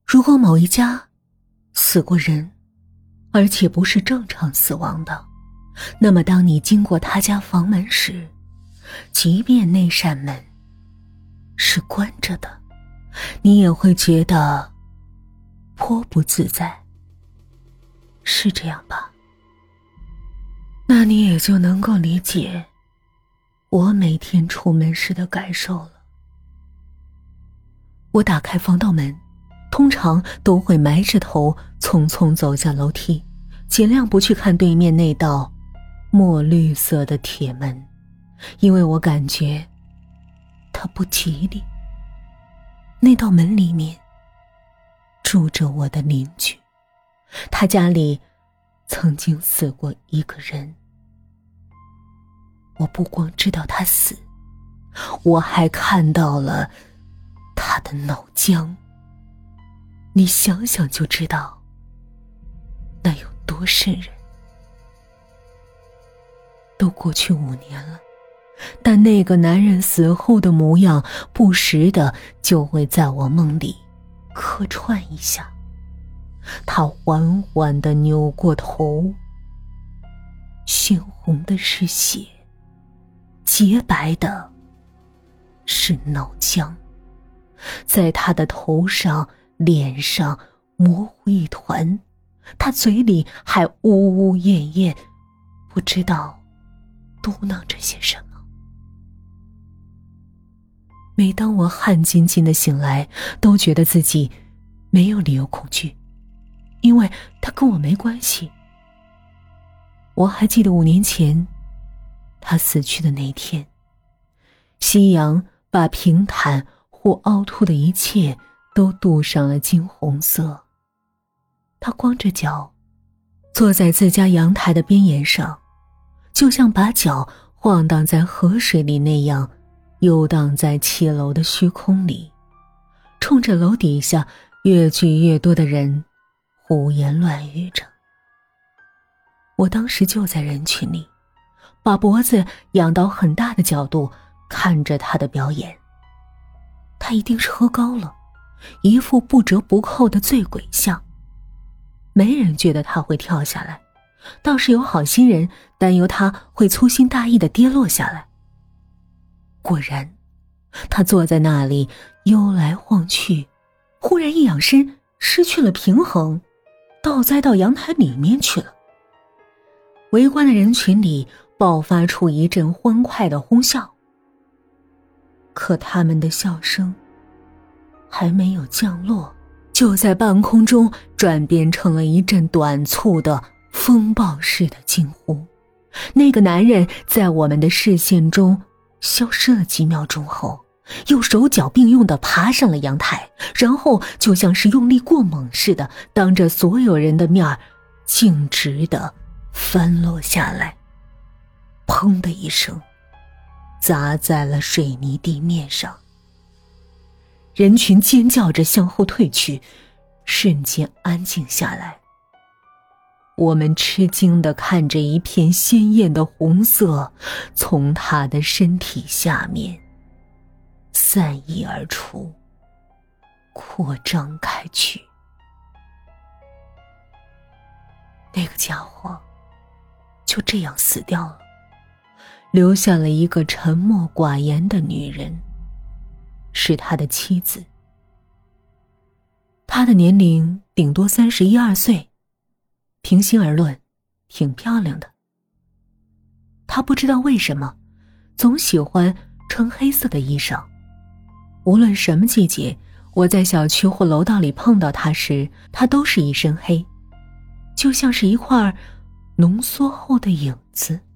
如果某一家死过人，而且不是正常死亡的，那么当你经过他家房门时，即便那扇门是关着的，你也会觉得颇不自在，是这样吧？那你也就能够理解我每天出门时的感受了。我打开防盗门，通常都会埋着头匆匆走下楼梯，尽量不去看对面那道墨绿色的铁门，因为我感觉它不吉利。那道门里面住着我的邻居，他家里曾经死过一个人。我不光知道他死，我还看到了他的脑浆。你想想就知道那有多瘆人。都过去5年了，但那个男人死后的模样不时的就会在我梦里客串一下。他缓缓地扭过头，鲜红的是血，洁白的是脑浆，在他的头上脸上模糊一团，他嘴里还呜呜咽咽，不知道嘟囔着些什么。每当我汗津津地醒来，都觉得自己没有理由恐惧，因为他跟我没关系。我还记得5年前他死去的那一天，夕阳把平坦或凹凸的一切都镀上了金红色。他光着脚坐在自家阳台的边沿上，就像把脚晃荡在河水里那样游荡在7楼的虚空里，冲着楼底下越聚越多的人胡言乱语着。我当时就在人群里，把脖子仰到很大的角度看着他的表演。他一定是喝高了，一副不折不扣的醉鬼相。没人觉得他会跳下来，倒是有好心人担忧他会粗心大意地跌落下来。果然，他坐在那里悠来晃去，忽然一仰身，失去了平衡，倒栽到阳台里面去了。围观的人群里爆发出一阵欢快的哄笑，可他们的笑声还没有降落，就在半空中转变成了一阵短促的风暴式的惊呼。那个男人在我们的视线中消失了几秒钟后，又手脚并用地爬上了阳台，然后就像是用力过猛似的，当着所有人的面径直地翻落下来，砰的一声砸在了水泥地面上。人群尖叫着向后退去，瞬间安静下来。我们吃惊地看着一片鲜艳的红色从他的身体下面散溢而出，扩张开去。那个家伙就这样死掉了，留下了一个沉默寡言的女人，是他的妻子。她的年龄顶多31、2岁，平心而论挺漂亮的。她不知道为什么总喜欢穿黑色的衣裳，无论什么季节，我在小区或楼道里碰到她时，她都是一身黑，就像是一块浓缩后的影子。